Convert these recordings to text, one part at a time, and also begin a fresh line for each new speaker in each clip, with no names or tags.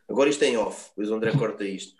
Agora isto é em off, depois o André corta isto.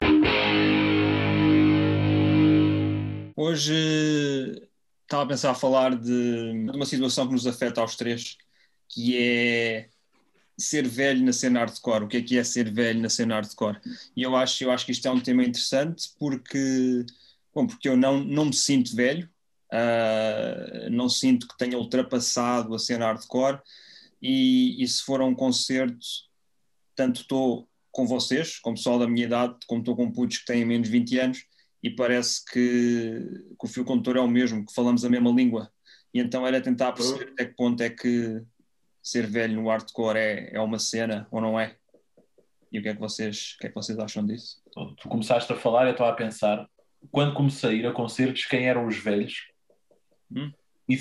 Hoje estava a pensar a falar de uma situação que nos afeta aos três, que é ser velho na cena hardcore. O que é ser velho na cena hardcore? E eu acho que isto é um tema interessante porque eu não me sinto velho, não sinto que tenha ultrapassado a cena hardcore e se for a um concerto, tanto estou com vocês, com o pessoal da minha idade, como estou com putos que têm menos de 20 anos, e parece que o fio condutor é o mesmo, que falamos a mesma língua. E então era tentar perceber até que ponto é que ser velho no hardcore é uma cena ou não é. E o que é que vocês acham disso?
Tu começaste a falar, eu estava a pensar, quando comecei a ir a concertos, quem eram os velhos?
Hum?
E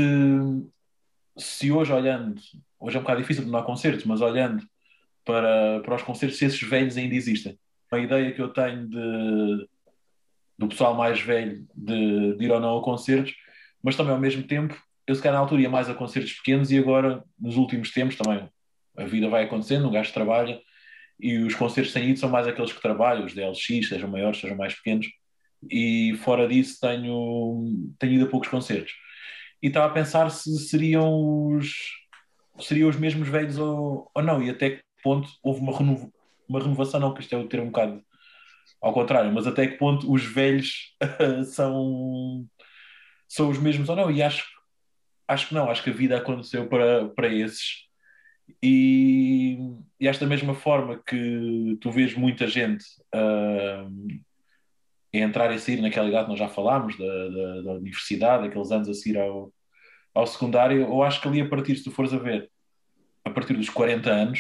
se hoje olhando, hoje é um bocado difícil de não há concertos, mas olhando para os concertos, se esses velhos ainda existem. A ideia que eu tenho do pessoal mais velho de ir ou não a concertos, mas também ao mesmo tempo, eu se calhar na altura ia mais a concertos pequenos e agora, nos últimos tempos, também a vida vai acontecendo, um gajo trabalha e os concertos que têm ido são mais aqueles que trabalham, os DLX, sejam maiores, sejam mais pequenos, e fora disso tenho ido a poucos concertos. E estava a pensar se seriam os mesmos velhos ou não, e até que ponto houve uma renovação, não, que isto é o termo um bocado ao contrário, mas até que ponto os velhos são os mesmos ou não, e acho que não, acho que a vida aconteceu para esses. E, e esta mesma forma que tu vês muita gente a entrar e sair naquela idade que nós já falámos, da universidade, aqueles anos a seguir ao secundário, eu acho que ali a partir, se tu fores a ver, a partir dos 40 anos,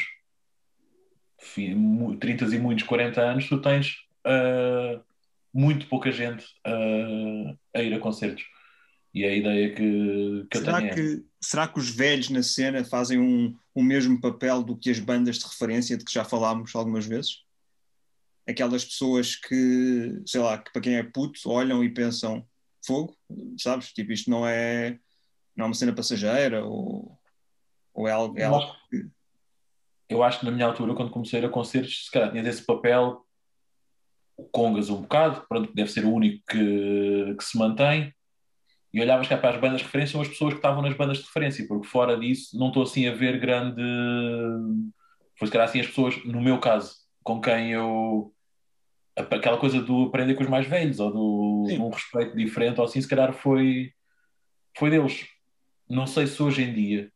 30 e muitos 40 anos, tu tens muito pouca gente a ir a concertos. E a ideia que eu
Será
tenho é essa.
que, será que os velhos na cena fazem o mesmo papel do que as bandas de referência de que já falámos algumas vezes? Aquelas pessoas que, sei lá, que para quem é puto, olham e pensam fogo, sabes? Tipo, isto não é uma cena passageira ou é
Eu
algo
acho,
que.
eu acho que na minha altura, quando comecei a ir a concertos, se calhar tinha esse papel, o Congas um bocado, pronto, deve ser o único que se mantém, e olhavas cá para as bandas de referência, são as pessoas que estavam nas bandas de referência, porque fora disso não estou assim a ver grande. Foi se calhar assim as pessoas, no meu caso, com quem eu. Aquela coisa do aprender com os mais velhos, ou de
Sim,
um respeito diferente, ou assim, se calhar foi deles. Não sei se hoje em dia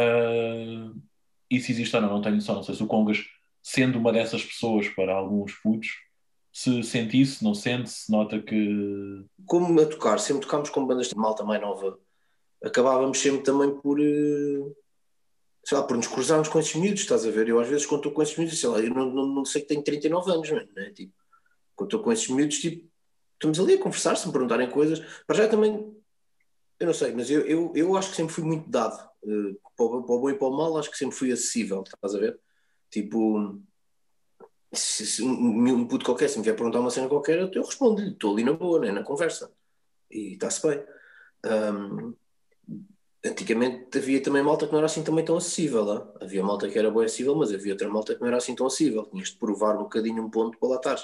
isso existe ou não, não tenho noção. Não sei se o Congas, sendo uma dessas pessoas para alguns putos, se sente isso, não sente, se nota que.
Como a tocar, sempre tocámos com bandas de malta mais nova, acabávamos sempre também por, sei lá, por nos cruzarmos com esses miúdos, estás a ver? Eu às vezes quando estou com esses miúdos, sei lá, eu não sei que tenho 39 anos, mano, né? Tipo, quando estou com esses miúdos, tipo, estamos ali a conversar, se me perguntarem coisas. Para já também, eu não sei, mas eu acho que sempre fui muito dado. Para o bom e para o mal, acho que sempre fui acessível, estás a ver? Tipo, se um puto qualquer, se me vier perguntar uma cena qualquer, eu respondo-lhe, estou ali na boa, né? Na conversa. E está-se bem. Um, Antigamente havia também malta que não era assim também tão acessível. Lá. Havia malta que era boa acessível, mas havia outra malta que não era assim tão acessível. Tinhas de provar um bocadinho um ponto para lá estar.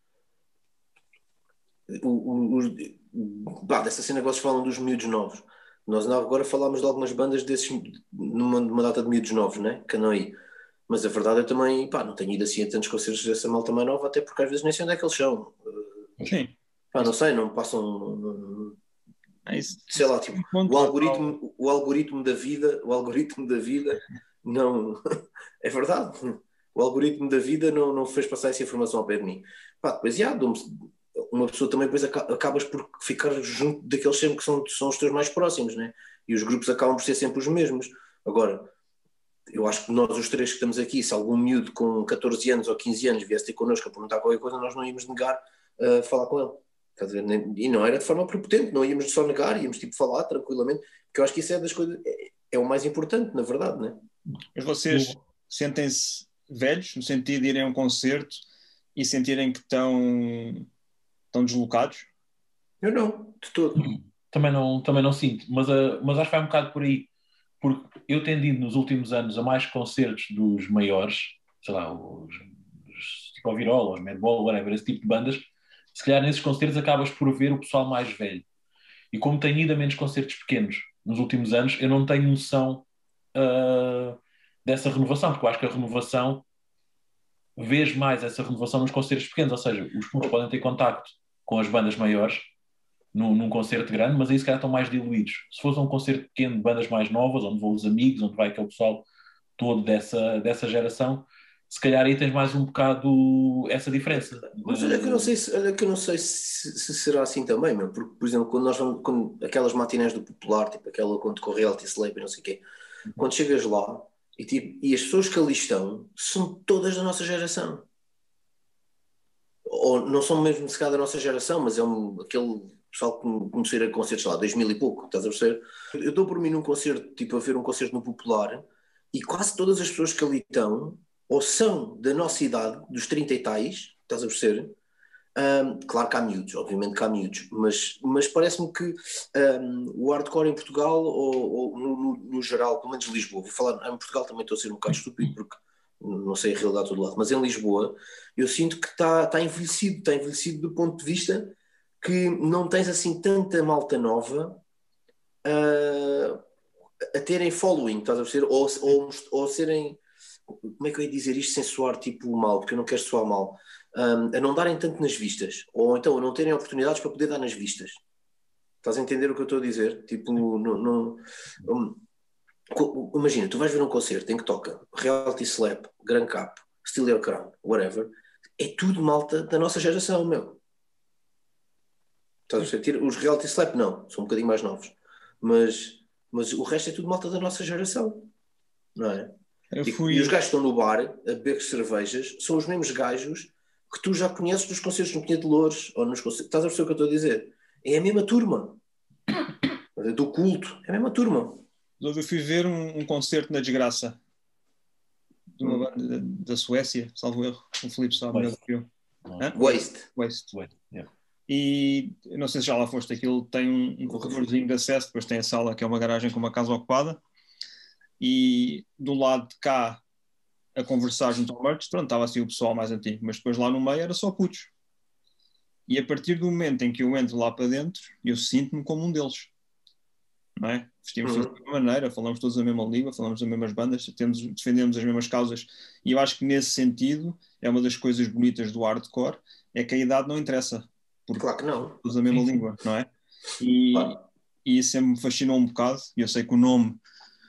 Dessa cena que vocês falam dos miúdos novos. Nós agora falámos de algumas bandas desses, numa data de miúdos novos, né? Que não aí. Mas a verdade é também, pá, não tenho ido assim a tantos concertos dessa malta mais nova, até porque às vezes nem sei onde é que eles são.
sim.
Pá, não
Isso,
sei, não passam, sei
isso
lá,
é
tipo,
um ponto ao qual.
o algoritmo da vida não, é verdade, o algoritmo da vida não fez passar essa informação ao pé de mim. Pá, depois, uma pessoa também depois acabas por ficar junto daqueles sempre que são os teus mais próximos, né? E os grupos acabam por ser sempre os mesmos. Agora, eu acho que nós os três que estamos aqui, se algum miúdo com 14 anos ou 15 anos viesse ter connosco a perguntar qualquer coisa, nós não íamos negar falar com ele. Estás a ver? E não era de forma prepotente, não íamos só negar, íamos tipo falar tranquilamente, porque eu acho que isso é das coisas, é o mais importante, na verdade, né?
Mas vocês
Eu,
sentem-se velhos, no sentido de irem a um concerto e sentirem que estão deslocados?
Eu não, de todo.
também não sinto, mas acho que vai um bocado por aí, porque eu tenho ido nos últimos anos a mais concertos dos maiores, sei lá, os para o Virol, ou os Madball, whatever, esse tipo de bandas, se calhar nesses concertos acabas por ver o pessoal mais velho. E como tenho ido a menos concertos pequenos nos últimos anos, eu não tenho noção dessa renovação, porque eu acho que a renovação, vês mais essa renovação nos concertos pequenos, ou seja, os putos podem ter contacto com as bandas maiores num concerto grande, mas aí se calhar estão mais diluídos. Se fosse um concerto pequeno de bandas mais novas, onde vão os amigos, onde vai aquele pessoal todo dessa geração, se calhar aí tens mais um bocado essa diferença.
Mas olha que eu não sei se será assim também, meu, porque, por exemplo, quando nós vamos, aquelas matinés do Popular, tipo aquela quando corre Reality Slave e não sei o quê, quando chegas lá e as pessoas que ali estão são todas da nossa geração. Ou não são mesmo se calhar da nossa geração, mas é aquele pessoal que começou a ir a concertos lá, 2000 e pouco, estás a perceber? Eu dou por mim num concerto, tipo a ver um concerto no Popular, e quase todas as pessoas que ali estão, ou são da nossa idade, dos 30 e tais, estás a perceber? Claro que há miúdos, obviamente que há miúdos, mas parece-me que o hardcore em Portugal, ou no geral, pelo menos Lisboa, vou falar, em Portugal também estou a ser um bocado estúpido, porque não sei a realidade de todo lado, mas em Lisboa eu sinto que está envelhecido do ponto de vista que não tens assim tanta malta nova a terem following, estás a perceber? Ou serem, como é que eu ia dizer isto sem soar tipo mal, porque eu não quero soar mal, a não darem tanto nas vistas, ou então a não terem oportunidades para poder dar nas vistas. Estás a entender o que eu estou a dizer? Tipo, imagina, tu vais ver um concerto em que toca Reality Slap, Grand Cap, Steal Your Crown, whatever, é tudo malta da nossa geração, meu. Estás a perceber? Os Reality Slap não, são um bocadinho mais novos, mas o resto é tudo malta da nossa geração, não é? E os gajos que estão no bar a beber cervejas são os mesmos gajos que tu já conheces dos concertos no Pinha de Louros ou nos concertos. Estás a perceber o que eu estou a dizer? É a mesma turma do culto, é a mesma turma.
Eu fui ver um concerto na Desgraça de uma banda da Suécia, salvo erro, o Filipe sabe melhor do que eu.
Waste.
Yeah.
E eu não sei se já lá foste, aquilo tem um corredorzinho de acesso, depois tem a sala que é uma garagem com uma casa ocupada, e do lado de cá a conversar junto ao merch, pronto, estava assim o pessoal mais antigo, mas depois lá no meio era só putos. E a partir do momento em que eu entro lá para dentro, eu sinto-me como um deles. Não é? Vestimos todos da mesma maneira, falamos todos a mesma língua, falamos das mesmas bandas, defendemos as mesmas causas, e eu acho que nesse sentido é uma das coisas bonitas do hardcore, é que a idade não interessa, porque
claro que não.
todos a mesma língua, não é? E isso sempre me fascinou um bocado, e eu sei que o nome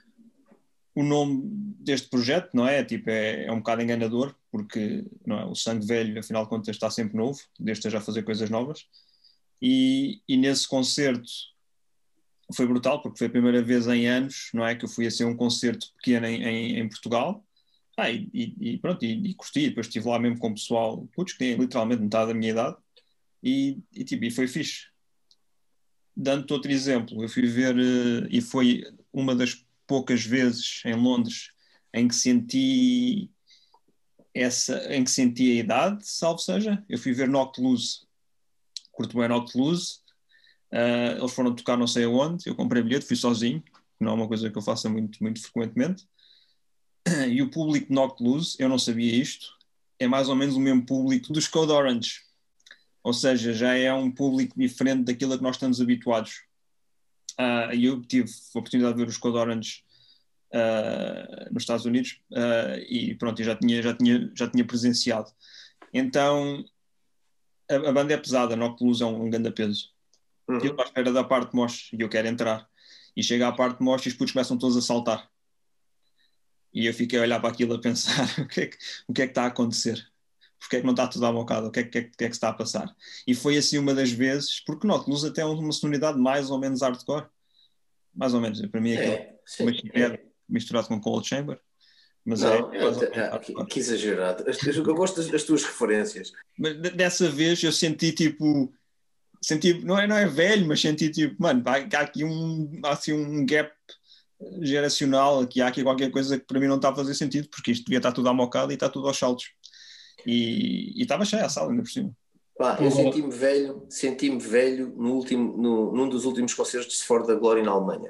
deste projeto, não é? Tipo, é um bocado enganador, porque não é? O sangue velho, afinal de contas, está sempre novo, desde esteja a fazer coisas novas, e nesse concerto foi brutal, porque foi a primeira vez em anos, não é, que eu fui a ser um concerto pequeno em Portugal, e pronto, e curti, e depois estive lá mesmo com o pessoal, putz, que tem literalmente metade da minha idade, e foi fixe. Dando-te outro exemplo, eu fui ver, e foi uma das poucas vezes em Londres em que senti a idade, salvo seja, eu fui ver Noctilus, curto bem Noctilus. Eles foram tocar não sei aonde, eu comprei bilhete, fui sozinho, não é uma coisa que eu faça muito, muito frequentemente, e o público de Noctilus, eu não sabia isto, é mais ou menos o mesmo público dos Code Orange, ou seja, já é um público diferente daquilo a que nós estamos habituados. E eu tive a oportunidade de ver os Code Orange nos Estados Unidos, e pronto, eu já tinha presenciado. Então a banda é pesada, Noctilus é um grande peso. Eu estou à espera da parte de mosh e eu quero entrar. E chega à parte de mosh e os putos começam todos a saltar. E eu fiquei a olhar para aquilo a pensar o que é que está a acontecer? Porque é que não está tudo à bocada? O que é que se está a passar? E foi assim uma das vezes, porque Nautilus até é uma sonoridade mais ou menos hardcore. Mais ou menos, para mim aquilo uma chiclete misturado com Cold Chamber. Mas
não, que exagerado. Eu gosto das tuas referências.
Mas dessa vez eu senti tipo... não é velho, mas senti tipo, mano, há aqui um gap geracional, há aqui qualquer coisa que para mim não está a fazer sentido, porque isto devia estar tudo à mocada e está tudo aos saltos. E estava cheia a sala ainda por cima.
Eu senti-me velho num dos últimos concertos de For da Glória na Alemanha,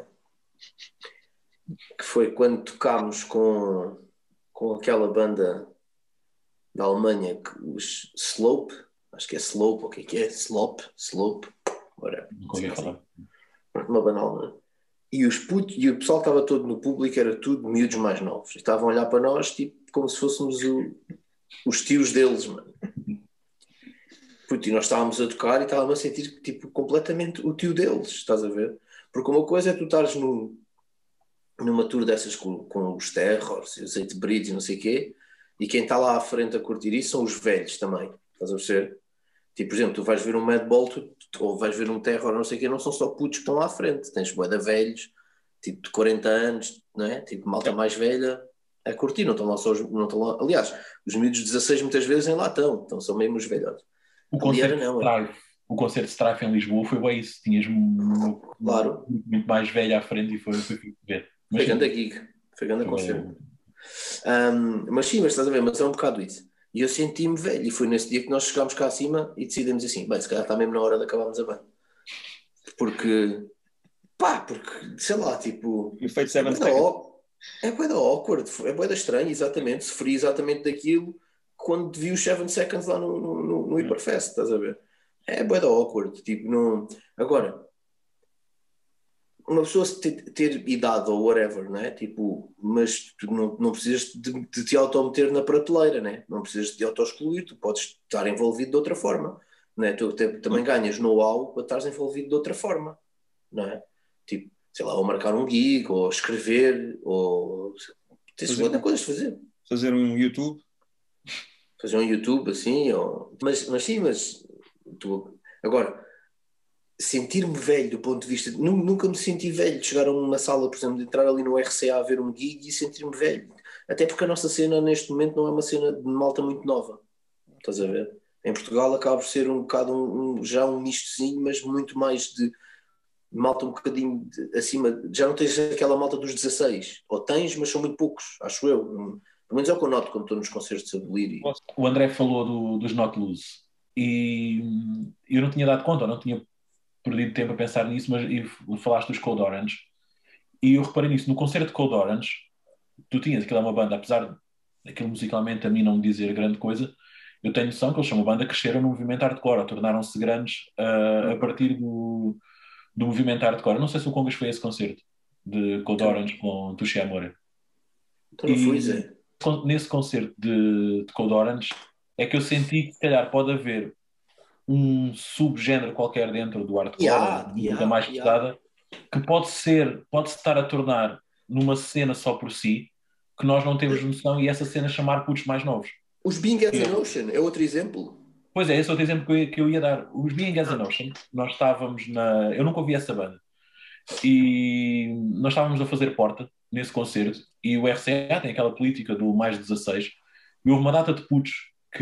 que foi quando tocámos com aquela banda da Alemanha, que os Slope, acho que é Slope, o que é? Slope, whatever.
Nunca ouvi falar.
Uma banal, e os putos, e o pessoal que estava todo no público era tudo miúdos mais novos. E estavam a olhar para nós tipo, como se fôssemos os tios deles, mano. Puto, e nós estávamos a tocar e estávamos a sentir tipo, completamente o tio deles, estás a ver? Porque uma coisa é tu estares numa tour dessas com os Terrors, os Hate Breeds e não sei o quê, e quem está lá à frente a curtir isso são os velhos também, estás a perceber? Tipo, por exemplo, tu vais ver um Madball ou vais ver um Terror, não sei o quê, não são só putos que estão lá à frente, tens bué de velhos, tipo de 40 anos, não é? Tipo, malta mais velha a curtir, não estão lá só não estão lá. Aliás, os miúdos de 16 muitas vezes nem lá estão, então são mesmo os velhotes.
O concerto de Strife em Lisboa foi bem isso, tinhas
claro.
muito mais velho à frente e foi ver.
Foi grande gig, foi grande concerto. Mas sim, mas estás a ver, mas é um bocado isso. E eu senti-me velho, e foi nesse dia que nós chegámos cá acima e decidimos assim, bem, se calhar está mesmo na hora de acabarmos a banda. Porque, sei lá, tipo...
Efeito 7 Seconds.
É bué da awkward, é bué da estranho, exatamente, sofri exatamente daquilo quando vi os 7 Seconds lá no Hyperfest, estás a ver? É bué da awkward, tipo, não... Agora, uma pessoa ter idade ou whatever, não é? Tipo, mas tu não precisas de te autometer na prateleira, né? Não precisas de auto-excluir, tu podes estar envolvido de outra forma, não é? Tu também ganhas know-how para estares envolvido de outra forma, não é? Tipo, sei lá, ou marcar um gig, ou escrever, ou tens muita coisa a fazer.
Fazer um YouTube.
Fazer um YouTube, assim, mas sim, agora sentir-me velho do ponto de vista. Nunca me senti velho de chegar a uma sala, por exemplo, de entrar ali no RCA a ver um gig e sentir-me velho. Até porque a nossa cena neste momento não é uma cena de malta muito nova. Estás a ver? Em Portugal acaba por ser um bocado já um mistozinho, mas muito mais de malta um bocadinho acima. Já não tens aquela malta dos 16. Ou tens, mas são muito poucos, acho eu. Pelo menos é o que eu noto quando estou nos concertos de Sabelir.
O André falou dos Not Loose e eu não tinha dado conta, ou não tinha perdido tempo a pensar nisso, mas falaste dos Code Orange e eu reparei nisso, no concerto de Code Orange tu tinhas, aquilo é uma banda, apesar daquilo musicalmente a mim não me dizer grande coisa, eu tenho noção que eles são uma banda que cresceram no movimento hardcore, tornaram-se grandes a partir do movimento hardcore. Eu não sei se o Congas foi esse concerto de Code Orange com Touché Amore.
Então não fui, Zé.
Nesse concerto de Code Orange é que eu senti que se calhar pode haver um subgénero qualquer dentro do hardcore, mais pesada, que pode-se estar a tornar numa cena só por si, que nós não temos noção, e essa cena chamar putos mais novos.
Os Being as an Ocean é outro exemplo.
Pois é, esse é outro exemplo que eu ia dar. Os Being as an Ocean, nós estávamos eu nunca ouvi essa banda, e nós estávamos a fazer porta nesse concerto, e o RCA tem aquela política do mais 16, e houve uma data de putos que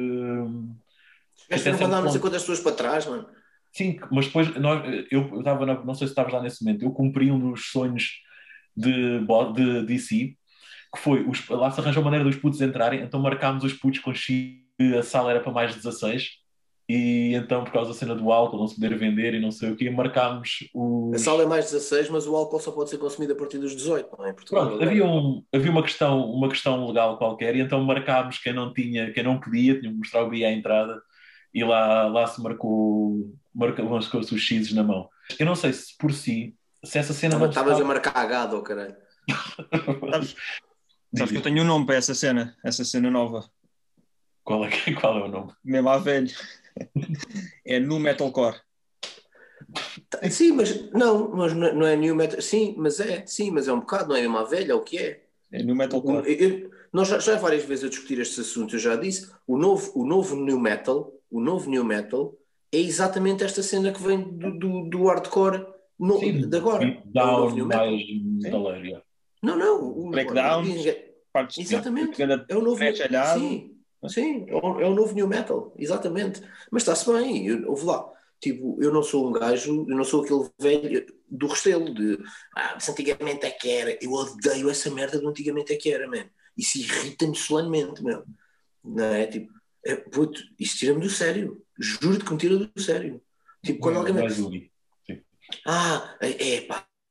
Esta não mandar não sei quantas pessoas para trás, mano.
Sim, mas depois eu estava, não sei se estavas lá nesse momento, eu cumpri um dos sonhos de DC, que foi, lá se arranjou a maneira dos putos entrarem, então marcámos os putos com X, a sala era para mais 16, e então por causa da cena do álcool, não se poder vender e não sei o quê, marcámos os...
A sala é mais 16, mas o álcool só pode ser consumido a partir dos 18, não é?
Pronto, havia uma questão legal qualquer, e então marcámos quem não podia, tinha que mostrar o bilhete à entrada, e lá se marcou-se os X's na mão. Eu não sei se por si, se essa cena não
estavas a marcar a gado, caralho.
Sabes que eu tenho um nome para essa cena nova.
Qual é o nome?
Mesmo à velho. É nu metalcore.
Sim, mas não é new metal. Sim, mas é um bocado, não é mesmo à velha, é o que é.
É nu metalcore.
Nós já várias vezes a discutir estes assuntos, eu já disse, o novo new metal é exatamente esta cena que vem do hardcore de agora.
Down, mais metaleiro.
Não.
O breakdown.
Exatamente. É o novo. Sim, é o novo new metal, exatamente. Mas está-se bem, ouve lá. Tipo, eu não sou um gajo, eu não sou aquele velho do Restelo de mas antigamente é que era. Eu odeio essa merda do antigamente é que era, man. Isso irrita-me solenemente, meu. Não é? Tipo, puto, isso tira-me do sério. Juro-te que me tira do sério. Tipo, quando alguém me...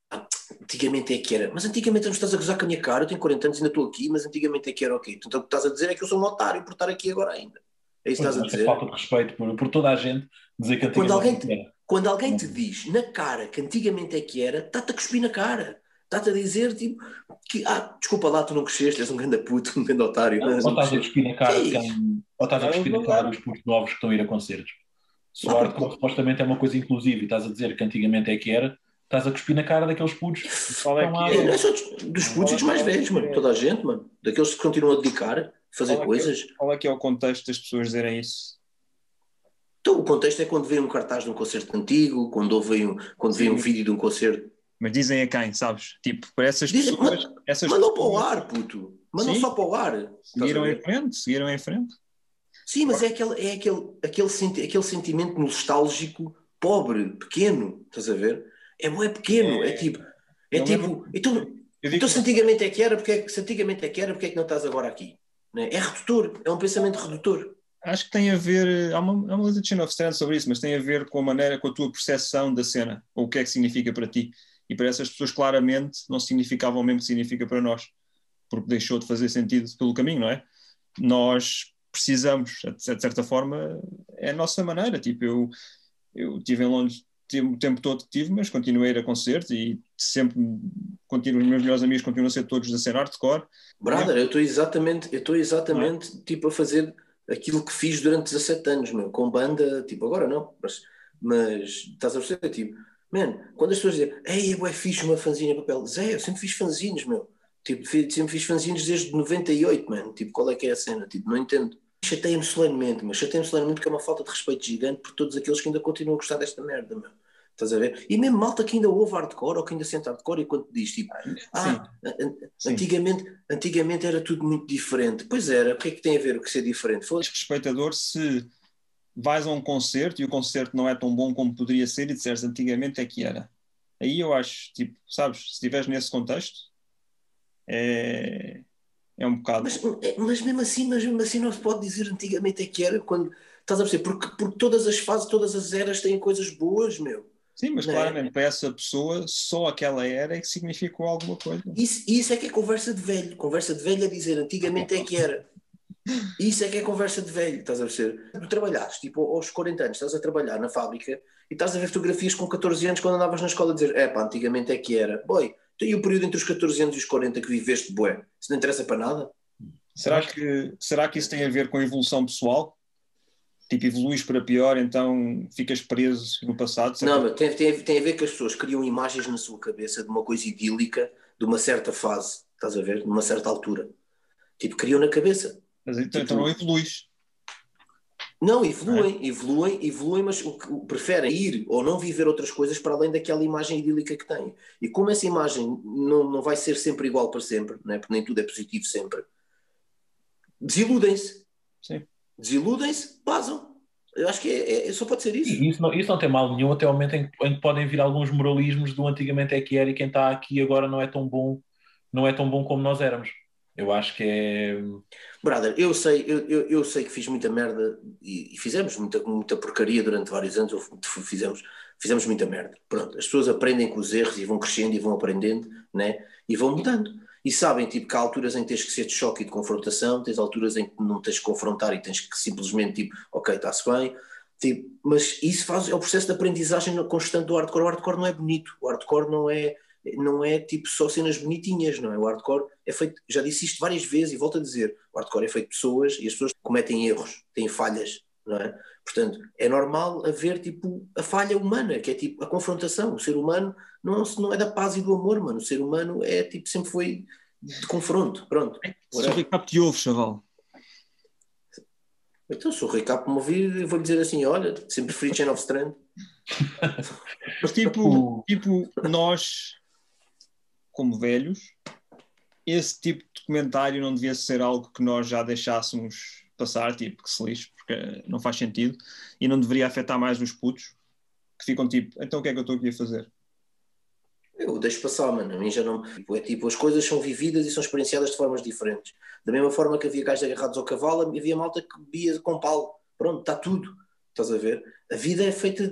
antigamente é que era. Mas antigamente não estás a gozar com a minha cara, eu tenho 40 anos e ainda estou aqui, mas antigamente é que era ok. Então o que estás a dizer é que eu sou um otário por estar aqui agora ainda. É isso que
Pois,
estás a
acho que é
dizer?
falta de respeito por toda a gente dizer que
Quando
antigamente
alguém,
não era.
quando alguém te diz na cara que antigamente é que era, está-te a cuspir na cara. Está-te a dizer, tipo, que, desculpa lá, tu não cresceste, és um grande puto, um grande otário,
Ou
não
estás a
cresceste.
cuspir na
Que é
cara de
isso?
quem. Ou estás a
Calhar eles
cuspir na
não
cara
deram.
dos putos novos que estão a ir a concertos. Se o
Não,
hardcore
porque
supostamente é uma coisa inclusiva e estás a dizer que antigamente é que era, estás a cuspir na cara daqueles putos que
Qual é
estão lá.
que
não é
é?
só dos putos
Qual
e
é,
dos mais
qual é
velhos,
que
mano.
é?
Toda a gente, mano. Daqueles que continuam a dedicar, a fazer coisas.
Qual é que é o contexto das pessoas dizerem isso?
Então, o contexto é quando vê um cartaz de um concerto antigo, quando vê um
Sim,
vídeo de um concerto.
mas dizem a quem, sabes? Tipo, para
Dizem,
essas
mandam para o
pessoas,
ar, puto. Mandam
sim,
só para o ar. Estás a ver?
seguiram em frente.
Sim, mas aquele sentimento nostálgico pobre, pequeno. Estás a ver? É pequeno. É
É,
tipo. É
eu lembro,
tipo. Então,
eu
então
digo
se antigamente é que era, se antigamente é que era, porque é que não estás agora aqui? Né? É redutor. É um pensamento redutor.
acho que tem a ver, há uma lista de Chain of Strand sobre isso, mas tem a ver com a maneira, com a tua percepção da cena, ou o que é que significa para ti. E para essas pessoas, claramente, não significava o mesmo que significa para nós, porque deixou de fazer sentido pelo caminho, não é? Nós precisamos, de certa forma, é a nossa maneira. Tipo, eu estive em Londres o tempo todo que tive, mas continuei a ir a concertos e sempre continuo, os meus melhores amigos continuam a ser todos da cena hardcore. Mesmo,
Brother, eu estou
não é?
exatamente tipo a fazer aquilo que fiz durante 17 anos, meu, com banda, tipo, agora não, mas estás a perceber, tipo, man, quando as pessoas dizem, ei, é fixe uma fanzine em papel, Zé, eu sempre fiz fanzines, meu, tipo, sempre fiz fanzines desde 98, mano, tipo, qual é que é a cena, tipo, não entendo. Chateia-me solenemente, mas chateia-me solenemente que é uma falta de respeito gigante por todos aqueles que ainda continuam a gostar desta merda, meu. Estás a ver? E mesmo malta que ainda ouve hardcore ou que ainda sente hardcore e quando te diz tipo,
Sim,
ah,
sim.
antigamente era tudo muito diferente. Pois era, o que é que tem a ver com ser diferente?
Respeitador se vais a um concerto e o concerto não é tão bom como poderia ser e disseres antigamente é que era. Aí eu acho, tipo, sabes, se estiveres nesse contexto, é, é um bocado.
Mas mesmo assim não se pode dizer antigamente é que era quando estás a perceber, porque todas as fases, todas as eras têm coisas boas, meu.
Sim, mas
Não é?
claramente para essa pessoa só aquela era é que significou alguma coisa.
Isso é que é conversa de velho. Conversa de velho é dizer antigamente é que era. Isso é que é conversa de velho, estás a perceber? Tu trabalhaste, tipo, aos 40 anos, estás a trabalhar na fábrica e estás a ver fotografias com 14 anos quando andavas na escola a dizer, é pá, antigamente é que era. Boy, tem o período entre os 14 anos e os 40 que viveste, bué. Isso não interessa para nada?
Será que isso tem a ver com a evolução pessoal? Tipo, evoluís para pior, então ficas preso no passado, de certa
Não, mas
forma.
tem a ver que as pessoas criam imagens na sua cabeça de uma coisa idílica, de uma certa fase, estás a ver? De uma certa altura. Tipo, criam na cabeça.
Mas então não
Tipo,
evoluís,
não,
não é?
evoluem, mas preferem ir ou não viver outras coisas para além daquela imagem idílica que têm. E como essa imagem não vai ser sempre igual para sempre, né? Porque nem tudo é positivo sempre, desiludem-se.
Sim.
Desiludem-se, basam. Eu acho que só pode ser isso.
E isso não tem mal nenhum até o momento em que podem vir alguns moralismos do antigamente é que era e quem está aqui agora não é tão bom, não é tão bom como nós éramos. Eu acho que é.
Brother, eu sei que fiz muita merda e fizemos muita porcaria durante vários anos, fizemos muita merda. Pronto, as pessoas aprendem com os erros e vão crescendo e vão aprendendo, né? E vão mudando. E sabem, tipo, que há alturas em que tens que ser de choque e de confrontação, tens alturas em que não tens que confrontar e tens que simplesmente, tipo, ok, está-se bem. Tipo, mas isso é o processo de aprendizagem constante do hardcore. O hardcore não é bonito, o hardcore não é tipo só cenas bonitinhas, não é? O hardcore é feito, já disse isto várias vezes e volto a dizer, o hardcore é feito de pessoas e as pessoas cometem erros, têm falhas, não é? Portanto, é normal haver tipo a falha humana, que é tipo a confrontação. O ser humano não é da paz e do amor, mano. O ser humano é tipo, sempre foi de confronto, pronto.
Se o
Whatever.
Ricardo te ouve, chaval.
Então, se o Ricardo me ouvir, eu vou-lhe dizer assim: olha, sempre preferi Chain of Strand.
Mas tipo, nós, como velhos, esse tipo de comentário não devia ser algo que nós já deixássemos passar, tipo, que se lixe, porque não faz sentido, e não deveria afetar mais os putos, que ficam tipo, então o que é que eu estou aqui a fazer?
Eu deixo passar, mano. A mim já não. É tipo, as coisas são vividas e são experienciadas de formas diferentes. Da mesma forma que havia gajos agarrados ao cavalo, havia malta que bebia com pau. Pronto, está tudo. Estás a ver? A vida é feita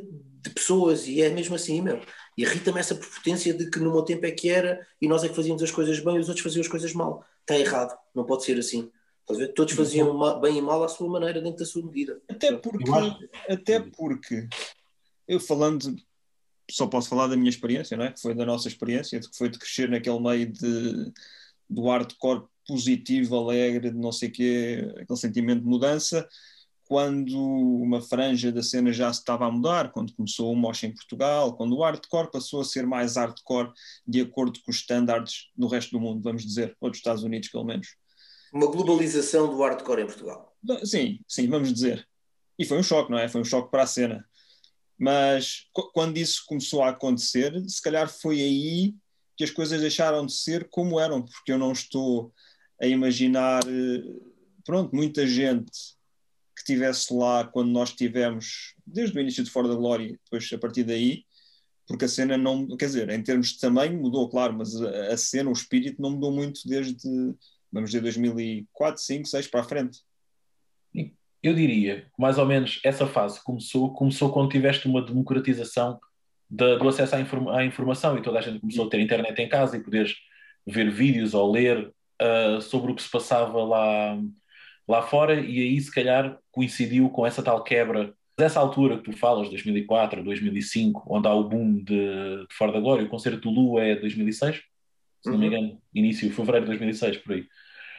de pessoas, e é mesmo assim, meu. E irrita-me essa prepotência de que no meu tempo é que era, e nós é que fazíamos as coisas bem e os outros faziam as coisas mal. Está errado, não pode ser assim. Estás a ver? Todos faziam bem e mal à sua maneira, dentro da sua medida.
Até porque eu falando, só posso falar da minha experiência, não é? Que foi da nossa experiência, que foi de crescer naquele meio do hardcore positivo, alegre, de não sei o quê, aquele sentimento de mudança, quando uma franja da cena já se estava a mudar, quando começou o mosh em Portugal, quando o hardcore passou a ser mais hardcore de acordo com os estándares do resto do mundo, vamos dizer, ou dos Estados Unidos, pelo menos.
Uma globalização do hardcore em Portugal.
Sim, vamos dizer. E foi um choque, não é? Foi um choque para a cena. Mas quando isso começou a acontecer, se calhar foi aí que as coisas deixaram de ser como eram, porque eu não estou a imaginar, pronto, muita gente que estivesse lá quando nós estivemos, desde o início de Fora da Glória, depois a partir daí, porque a cena não, quer dizer, em termos de tamanho mudou, claro, mas a cena, o espírito não mudou muito desde, vamos dizer, 2004, 5, 6 para a frente.
Eu diria que mais ou menos essa fase começou quando tiveste uma democratização do acesso à informação, e toda a gente começou a ter internet em casa e poderes ver vídeos ou ler sobre o que se passava lá fora, e aí se calhar coincidiu com essa tal quebra. Dessa altura que tu falas, 2004, 2005, onde há o boom de Fora da Glória, o concerto do Lu é 2006, se não me engano, início, fevereiro de 2006, por aí.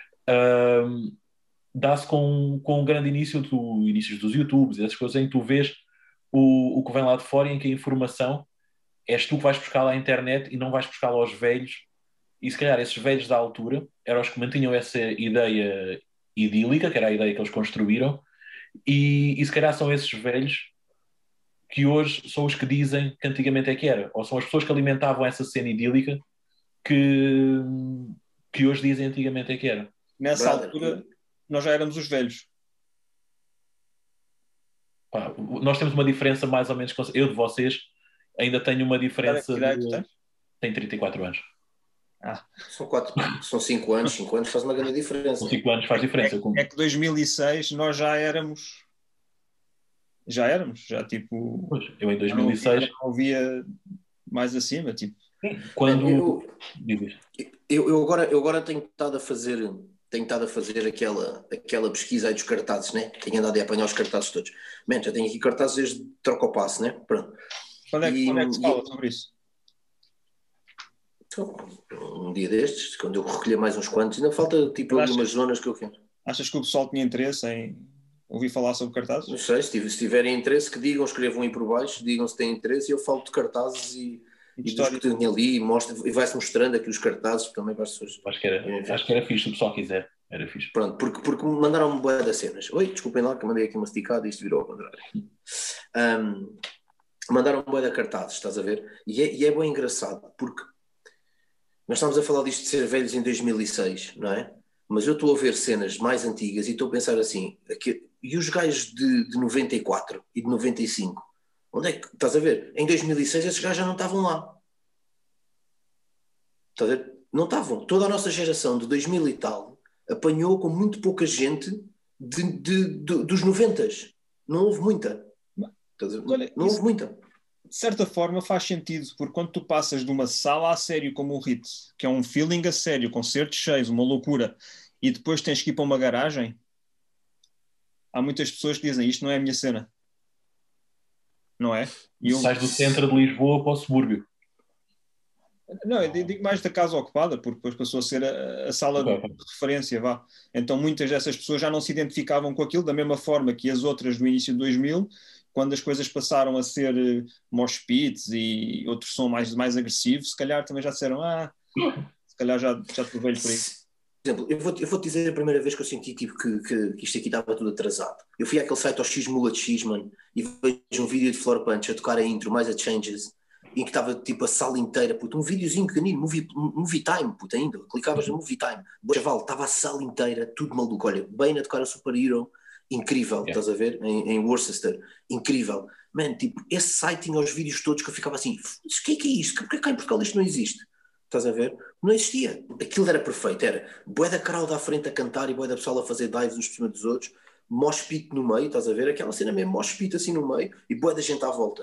Dá-se com um grande início inícios dos YouTubes e essas coisas, em que tu vês o que vem lá de fora, e em que a informação és tu que vais buscar lá à internet e não vais buscar lá aos velhos. E se calhar esses velhos da altura eram os que mantinham essa ideia idílica, que era a ideia que eles construíram, e se calhar são esses velhos que hoje são os que dizem que antigamente é que era, ou são as pessoas que alimentavam essa cena idílica que hoje dizem antigamente é que era.
Nessa altura nós já éramos os velhos.
Pá, nós temos uma diferença mais ou menos, eu de vocês ainda tenho uma diferença tenho 34 anos.
São 5 anos, 5 anos faz uma grande diferença.
Com 5 anos faz diferença.
É que 2006 nós já éramos, já tipo...
Pois, eu em 2006...
Não via mais acima, tipo...
Quando...
Eu agora tenho estado a fazer aquela pesquisa aí dos cartazes, né? Tenho andado a apanhar os cartazes todos. Man, já tenho aqui cartazes desde troca o passo, né? Pronto.
Quando é que se fala sobre isso?
Então, um dia destes, quando eu recolher mais uns quantos, ainda falta tipo algumas zonas que eu quero.
Achas que o pessoal tinha interesse em ouvir falar sobre cartazes?
Não sei, se tiverem interesse, que digam, escrevam aí por baixo, digam se têm interesse, e eu falo de cartazes e dos que tenho ali, e vai-se mostrando aqui os cartazes também para as pessoas.
Acho que era fixe, se o pessoal quiser. Era fixe.
Pronto, porque me mandaram-me bué das cenas. Oi, desculpem lá que eu mandei aqui uma esticada e isto virou ao contrário. Mandaram-me bué de cartazes, estás a ver? E é bem engraçado, porque nós estamos a falar disto de ser velhos em 2006, não é? Mas eu estou a ver cenas mais antigas e estou a pensar assim, e os gajos de 94 e de 95? Onde é que, estás a ver? Em 2006 esses gajos já não estavam lá. Estás a ver? Não estavam. Toda a nossa geração de 2000 e tal apanhou com muito pouca gente dos 90s. Não houve muita.
Olha,
não houve muita.
De certa forma faz sentido, porque quando tu passas de uma sala a sério como o HIT, que é um feeling a sério, concertos cheios, uma loucura, e depois tens que ir para uma garagem, há muitas pessoas que dizem isto não é a minha cena. Não é?
Sais do centro de Lisboa para o subúrbio.
Não, eu digo mais da casa ocupada, porque depois passou a ser a sala de referência, vá. Então muitas dessas pessoas já não se identificavam com aquilo, da mesma forma que as outras do início de 2000, quando as coisas passaram a ser mosh pits e outro som mais agressivo, se calhar também já disseram, se calhar já estou velho por aí.
Por exemplo, eu vou-te dizer a primeira vez que eu senti tipo, que isto aqui estava tudo atrasado. Eu fui àquele site ao X-Mula de X-Man e vejo um vídeo de Floor Punch a tocar a intro, mais a Changes, em que estava tipo a sala inteira, puto, um videozinho pequenino, movie time, puto, ainda, clicavas no movie time. Chaval, estava a sala inteira, tudo maluco, olha, bem a tocar a Super Hero, incrível, estás a ver, em Worcester, incrível. Man, tipo, esse site tinha os vídeos todos que eu ficava assim, o que é isto? Porque cá em Portugal isto não existe? Estás a ver? Não existia. Aquilo era perfeito, era bué da crowd à frente a cantar e bué da pessoa a fazer dives uns por cima dos outros, mosh pit no meio, estás a ver? Aquela cena mesmo, mosh pit assim no meio e bué da gente à volta.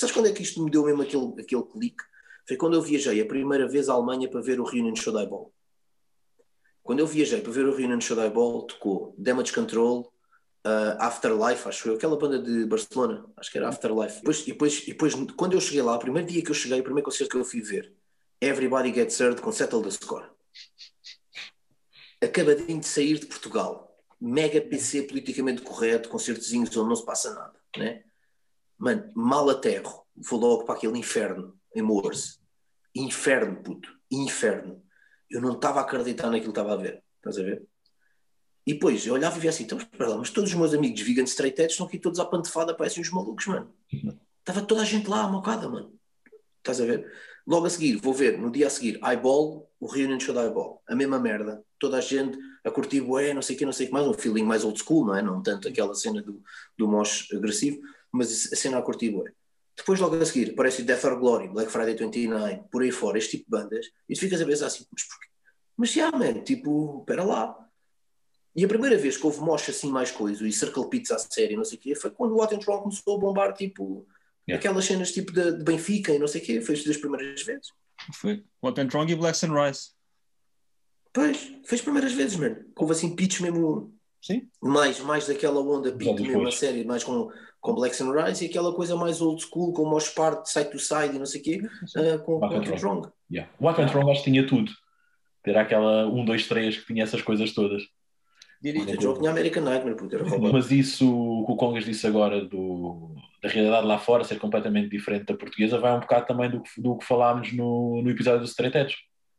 Sabes quando é que isto me deu mesmo aquele clique? Foi quando eu viajei a primeira vez à Alemanha para ver o Reunion Show Ball. Quando eu viajei para ver o Reunion Show Ball, tocou Damage Control, Afterlife, acho eu, aquela banda de Barcelona, acho que era Afterlife. Depois, quando eu cheguei lá, o primeiro dia que eu cheguei, o primeiro concerto que eu fui ver, Everybody Gets Hurt com Settle the Score. Acabadinho de sair de Portugal. Mega PC politicamente correto, concertozinhos onde não se passa nada, né? Mano, mal aterro, vou logo para aquele inferno, em Moors. Inferno, puto, inferno. Eu não estava a acreditar naquilo que estava a ver, estás a ver? E depois eu olhava e via assim, então espera lá, mas todos os meus amigos vegan straight edge estão aqui todos à pantefada, parecem uns malucos, mano. Estava toda a gente lá, mocada, mano. Estás a ver? Logo a seguir, vou ver, no dia a seguir, Eyeball, o Reunion Show da Eyeball. A mesma merda. Toda a gente a curtir bué, não sei o que mais. Um feeling mais old school, não é? Não tanto aquela cena do mosh agressivo, mas a cena a curtir bué. Depois, logo a seguir, aparece Death or Glory, Black Friday 29, por aí fora, este tipo de bandas. E tu ficas a pensar assim, mas porquê? Mas já, man, tipo, espera lá. E a primeira vez que houve mosh assim mais coisa, e Circle Pits à série, não sei o quê, foi quando o What and Wrong começou a bombar, tipo... Aquelas cenas tipo de Benfica e não sei o quê, foi as primeiras vezes.
Foi. What Went Wrong e Black Sunrise.
Pois, foi as primeiras vezes, mano. Houve assim pitch mesmo.
Sim.
Mais daquela onda pitch mesmo, a série, mais com Black Sunrise e aquela coisa mais old school, com o mosh part, side to side e não sei o quê, com What Went Wrong.
What Went Wrong acho que tinha tudo. Ter aquela 1, 2, 3 que tinha essas coisas todas.
Diria, eu tinha American Nightmare, puto, era roubado.
Mas isso, o que o Congas disse agora da realidade lá fora ser completamente diferente da portuguesa, vai um bocado também do que falámos no episódio do Straight Edge.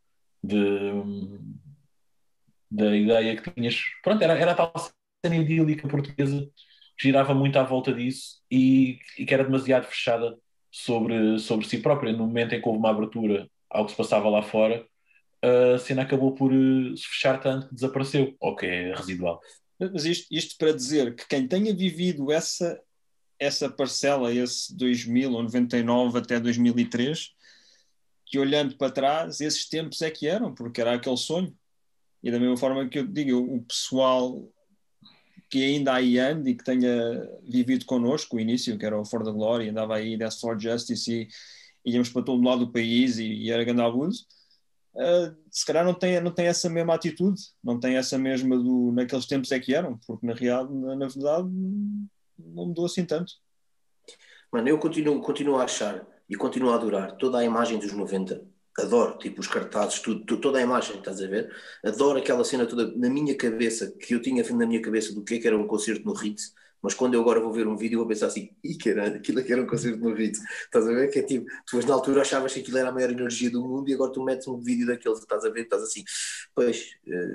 Da ideia que tinhas. Pronto, era a tal cena idílica portuguesa que girava muito à volta disso e que era demasiado fechada sobre si própria. No momento em que houve uma abertura ao que se passava lá fora, a cena acabou por se fechar tanto que desapareceu, ou que é residual.
Mas isto para dizer que quem tenha vivido essa parcela, esse 2000 ou 99 até 2003, que olhando para trás, esses tempos é que eram, porque era aquele sonho. E da mesma forma que eu digo, o pessoal que ainda aí anda e que tenha vivido connosco o início, que era o For the Glory, andava aí, Death for Justice e íamos para todo lado do país e era grande abuso, se calhar não tem essa mesma atitude, não tem essa mesma naqueles tempos é que eram, porque na verdade não mudou assim tanto.
Mano, eu continuo a achar e continuo a adorar toda a imagem dos 90. Adoro, tipo, os cartazes, toda a imagem, estás a ver? Adoro aquela cena toda na minha cabeça, que eu tinha na minha cabeça do que era um concerto no Ritz, mas quando eu agora vou ver um vídeo vou pensar assim, caralho, aquilo é que era um concerto no Ritz, estás a ver? Que é tipo, tu na altura achavas que aquilo era a maior energia do mundo e agora tu metes um vídeo daqueles, estás a ver? Estás assim, pois,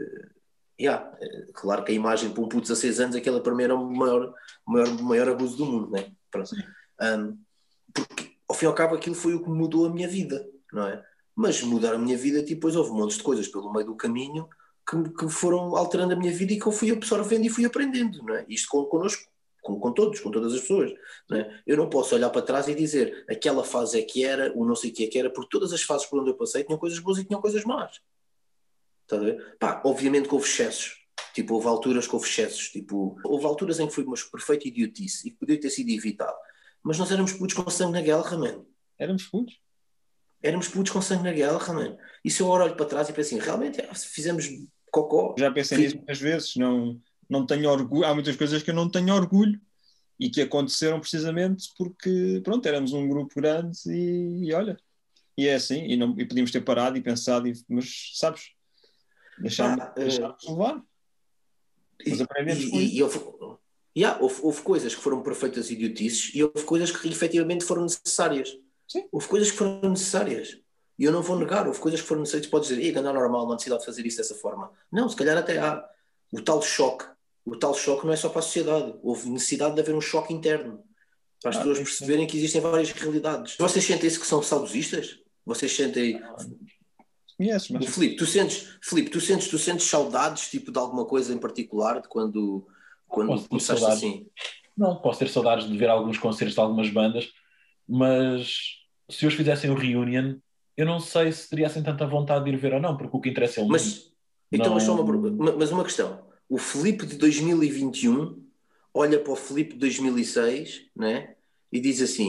claro que a imagem para um puto de 16 anos, aquela para mim era o maior abuso do mundo, né? Pronto. Porque ao fim e ao cabo aquilo foi o que mudou a minha vida, não é? Mas mudar a minha vida, depois houve montes de coisas pelo meio do caminho que foram alterando a minha vida e que eu fui absorvendo e fui aprendendo, não é? Isto connosco, com todos, com todas as pessoas, não é? Eu não posso olhar para trás e dizer aquela fase é que era, o não sei o que é que era, porque todas as fases por onde eu passei tinham coisas boas e tinham coisas más. Está a ver? Pá, obviamente que houve excessos. Tipo, houve alturas que houve excessos. Tipo, houve alturas em que foi uma perfeita idiotice e que poderia ter sido evitado. Mas nós éramos putos com sangue na guerra, mano.
Éramos putos?
Éramos putos com sangue na guerra, mano. E se eu olho para trás e penso assim, realmente fizemos cocó.
Já pensei nisso muitas vezes. Não tenho orgulho. Há muitas coisas que eu não tenho orgulho e que aconteceram precisamente porque, pronto, éramos um grupo grande e olha. E é assim. E podíamos ter parado e pensado, mas sabes, deixámos levar. Mas aprendemos com isso.
Houve coisas que foram perfeitas idiotices e houve coisas que efetivamente foram necessárias.
Sim.
Houve coisas que foram necessárias. E eu não vou negar, houve coisas que foram necessárias. Podes dizer, não é normal, não há necessidade de fazer isso dessa forma. Não, se calhar até há. O tal choque não é só para a sociedade. Houve necessidade de haver um choque interno. Para as pessoas perceberem que existem várias realidades. Vocês sentem-se que são saudosistas? Vocês sentem...
Conheces, mas...
Filipe, tu sentes saudades tipo, de alguma coisa em particular de quando começaste assim?
Não, posso ter saudades de ver alguns concertos de algumas bandas, mas se eles fizessem o Reunion, eu não sei se teria assim tanta vontade de ir ver ou não, porque o que interessa é o
mas uma questão. O Filipe de 2021 olha para o Filipe de 2006, né? E diz assim,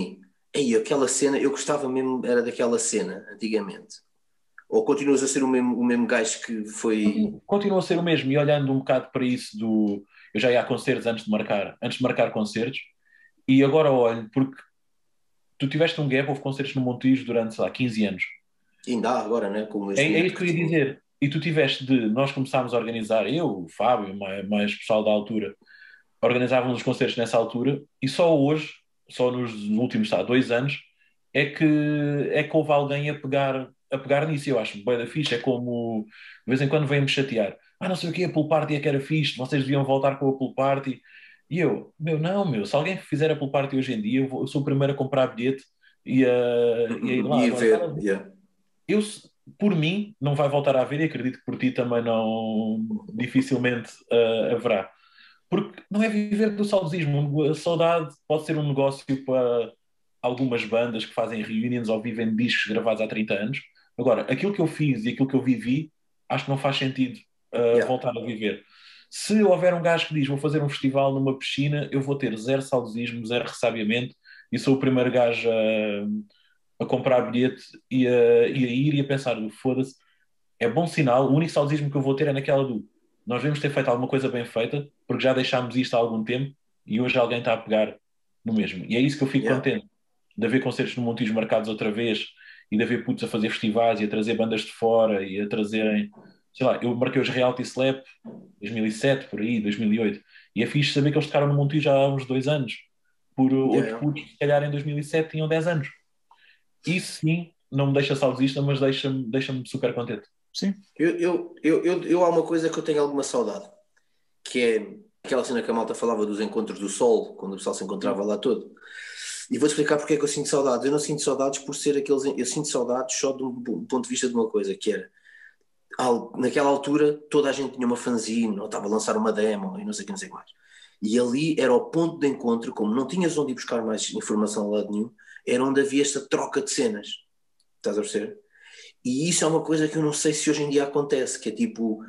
Ei, aquela cena, eu gostava mesmo, era daquela cena, antigamente. Ou continuas a ser o mesmo gajo que foi.
Continua a ser o mesmo, e olhando um bocado para isso do. Eu já ia a concertos antes de marcar concertos, e agora olho, porque tu tiveste um gap, houve concertos no Montijo durante, sei lá, 15 anos.
Ainda há agora, né? Como este
É
miúdo
isso
que
que eu ia
te...
dizer. E tu tiveste de. Nós começámos a organizar, eu, o Fábio, mais pessoal da altura, organizávamos os concertos nessa altura, e só hoje, só nos últimos, tá, 2 anos, é que houve alguém a pegar nisso. Eu acho bem da fixe. É como de vez em quando vem-me chatear. Ah, não sei o quê, a pool party é que era fixe, vocês deviam voltar com a pool party. E eu, não, se alguém fizer a pool party hoje em dia, eu sou o primeiro a comprar bilhete e a ir lá.
E
Agora,
ver, yeah.
eu, por mim, não vai voltar a haver, e acredito que por ti também não, dificilmente haverá. Porque não é viver do saudosismo. A saudade pode ser um negócio para algumas bandas que fazem reunions ou vivem de discos gravados há 30 anos. Agora, aquilo que eu fiz e aquilo que eu vivi, acho que não faz sentido
Yeah.
voltar a viver. Se houver um gajo que diz vou fazer um festival numa piscina, eu vou ter zero saudosismo, zero ressabiamento, e sou o primeiro gajo a comprar bilhete e a ir e a pensar, foda-se, é bom sinal. O único saudosismo que eu vou ter é naquela do nós devemos ter feito alguma coisa bem feita, porque já deixámos isto há algum tempo e hoje alguém está a pegar no mesmo. E é isso que eu fico
Yeah.
contente, de haver concertos no Montijo marcados outra vez e de haver putos a fazer festivais e a trazer bandas de fora e a trazerem, sei lá, eu marquei os Reality Slap 2007, por aí, 2008, e é fixe saber que eles tocaram no Montijo já há uns 2 anos, por outros
Yeah.
putos que se calhar em 2007 tinham 10 anos. Isso sim, não me deixa saudosista, mas deixa-me super contente.
Sim.
Eu há uma coisa que eu tenho alguma saudade, que é aquela cena que a malta falava dos encontros do Sol, quando o pessoal se encontrava lá todo. E vou-te explicar porque é que eu sinto saudades. Eu não sinto saudades por ser aqueles. Eu sinto saudades só de um ponto de vista de uma coisa, que era naquela altura toda a gente tinha uma fanzine, ou estava a lançar uma demo e não sei o que, não sei o que mais. E ali era o ponto de encontro, como não tinhas onde ir buscar mais informação a lado nenhum, era onde havia esta troca de cenas. Estás a perceber? E isso é uma coisa que eu não sei se hoje em dia acontece, que é tipo,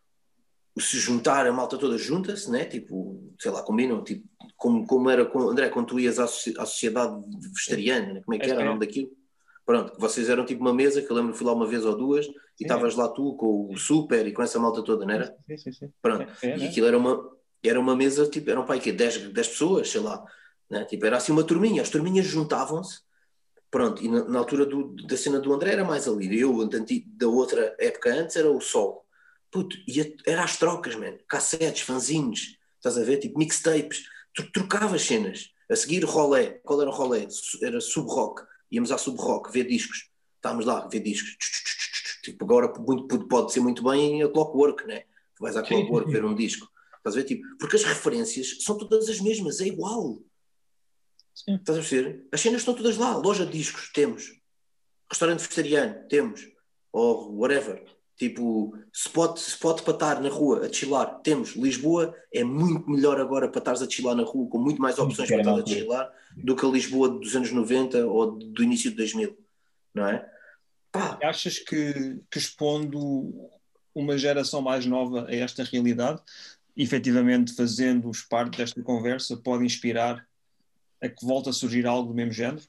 se juntar a malta toda junta-se, né? Tipo, sei lá, combinam, tipo, como era, André, quando tu ias à sociedade vegetariana, né? Como é que era o nome daquilo? Pronto, que vocês eram tipo uma mesa, que eu lembro que fui lá uma vez ou duas, e estavas lá tu com o Super e com essa malta toda, não era?
Sim.
Pronto, e aquilo era uma mesa, tipo, eram pai, que 10 pessoas, sei lá, né? Tipo, era assim uma turminha, as turminhas juntavam-se. Pronto, e na altura da cena do André era mais ali. Eu, da outra época antes, era o Sol. Puto, era às trocas, man. Cassetes, fanzines, estás a ver? Tipo mixtapes. Trocava as cenas. A seguir, rolé. Qual era o rolé? Era sub-rock. Íamos à sub-rock, ver discos. Estávamos lá, ver discos. Tipo, agora pode ser muito bem a Clockwork, né? Tu vais à Clockwork ver um disco. Estás a ver? Tipo, porque as referências são todas as mesmas, é igual.
Sim.
Estás a perceber? As cenas estão todas lá. Loja de discos, temos. Restaurante vegetariano, temos. Ou whatever. Tipo, spot para estar na rua a chilar, temos. Lisboa é muito melhor agora para estares a chilar na rua, com muito mais opções para estar a chilar, do que a Lisboa dos anos 90 ou do início de 2000. Não é? Pá.
Achas que expondo uma geração mais nova a esta realidade, efetivamente fazendo-os parte desta conversa, pode inspirar a que volte a surgir algo do mesmo género?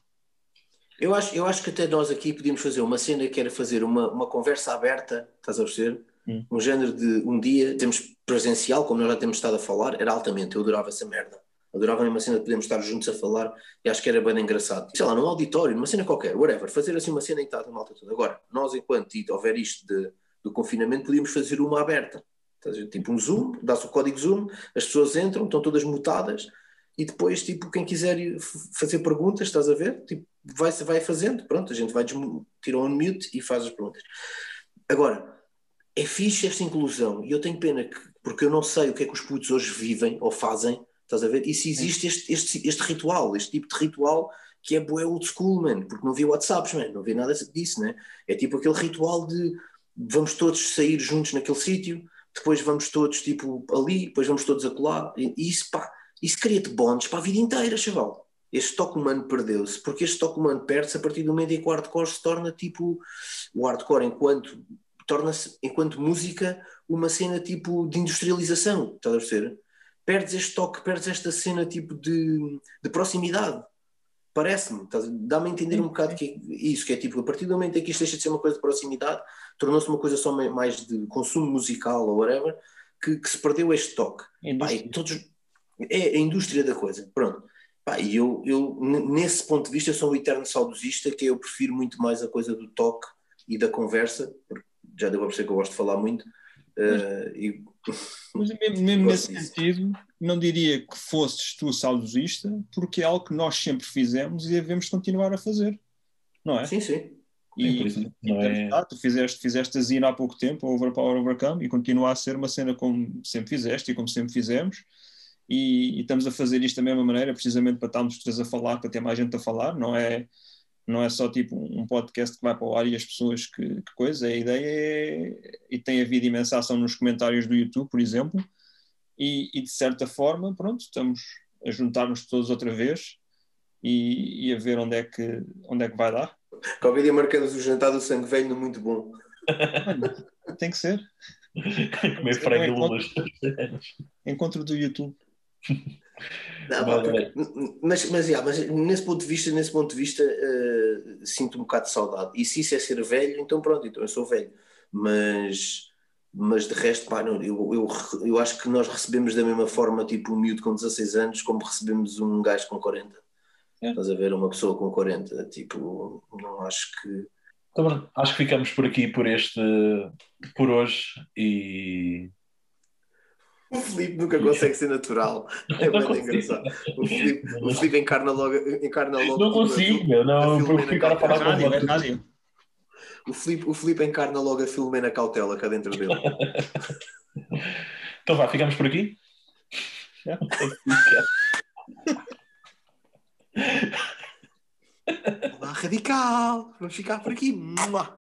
Eu acho que até nós aqui podíamos fazer uma cena que era fazer uma conversa aberta, estás a perceber? Um género de um dia, temos presencial, como nós já temos estado a falar, era altamente, eu adorava essa merda. Adorava uma cena de podermos estar juntos a falar e acho que era bem engraçado. Sei lá, num auditório, numa cena qualquer, whatever, fazer assim uma cena em que está a malta toda. Agora, nós enquanto houver isto do confinamento, podíamos fazer uma aberta. Tipo um Zoom, dá-se o código Zoom, as pessoas entram, estão todas mutadas e depois, tipo, quem quiser fazer perguntas, estás a ver? Tipo, vai fazendo, pronto, a gente vai tirar um mute e faz as perguntas. Agora, é fixe esta inclusão e eu tenho pena porque eu não sei o que é que os putos hoje vivem ou fazem, estás a ver? E se existe este ritual, este tipo de ritual que é bué old school, man, porque não vi WhatsApps, man, não vi nada disso, né? É tipo aquele ritual de vamos todos sair juntos naquele sítio, depois vamos todos tipo ali, depois vamos todos acolá, e isso, pá, isso cria-te bondes para a vida inteira, chaval. Este toque humano perdeu-se, porque este toque humano perde-se a partir do momento em que o hardcore se torna tipo, o hardcore torna-se enquanto música uma cena tipo de industrialização, estás a perceber? Perdes este toque, perdes esta cena tipo de proximidade. Parece-me, dá-me a entender um bocado que isso, que é tipo, a partir do momento em que isto deixa de ser uma coisa de proximidade, tornou-se uma coisa só mais de consumo musical ou whatever, que se perdeu este toque. Pá, e é a indústria da coisa, pronto. Pá, e eu, nesse ponto de vista, eu sou um eterno saudosista, que eu prefiro muito mais a coisa do toque e da conversa, porque já deu para perceber que eu gosto de falar muito.
Mas mesmo nesse sentido, não diria que fosses tu saudosista, porque é algo que nós sempre fizemos e devemos continuar a fazer, não é?
Sim, sim.
Tu fizeste a Zina há pouco tempo, a Overpower Overcome, e continua a ser uma cena como sempre fizeste e como sempre fizemos, e estamos a fazer isto da mesma maneira, precisamente para estarmos os três a falar, para ter mais gente a falar, não é só tipo um podcast que vai para o ar e as pessoas que coisa, a ideia é, e tem havido imensa ação nos comentários do YouTube, por exemplo, e de certa forma, pronto, estamos a juntar-nos todos outra vez e a ver onde é que vai dar.
Qualquer dia marcamos o jantar do sangue velho no muito bom.
Tem que ser.
Comer frango e lulas.
Encontro do YouTube.
Não, mas nesse ponto de vista sinto um bocado de saudade. E se isso é ser velho, então pronto, então eu sou velho. Mas de resto, pá, não, eu acho que nós recebemos da mesma forma, tipo, um miúdo com 16 anos, como recebemos um gajo com 40. Estás a ver uma pessoa com 40, tipo, não acho que...
Então, acho que ficamos por aqui por hoje e...
O Filipe nunca consegue ser natural. É muito engraçado. O Filipe encarna logo.
Não consigo, meu. Não, porque ficar a falar com
rádio.
O Filipe encarna logo a Filomena Cautela cá dentro dele.
Então vá, ficamos por aqui?
Olá, radical! Vamos ficar por aqui.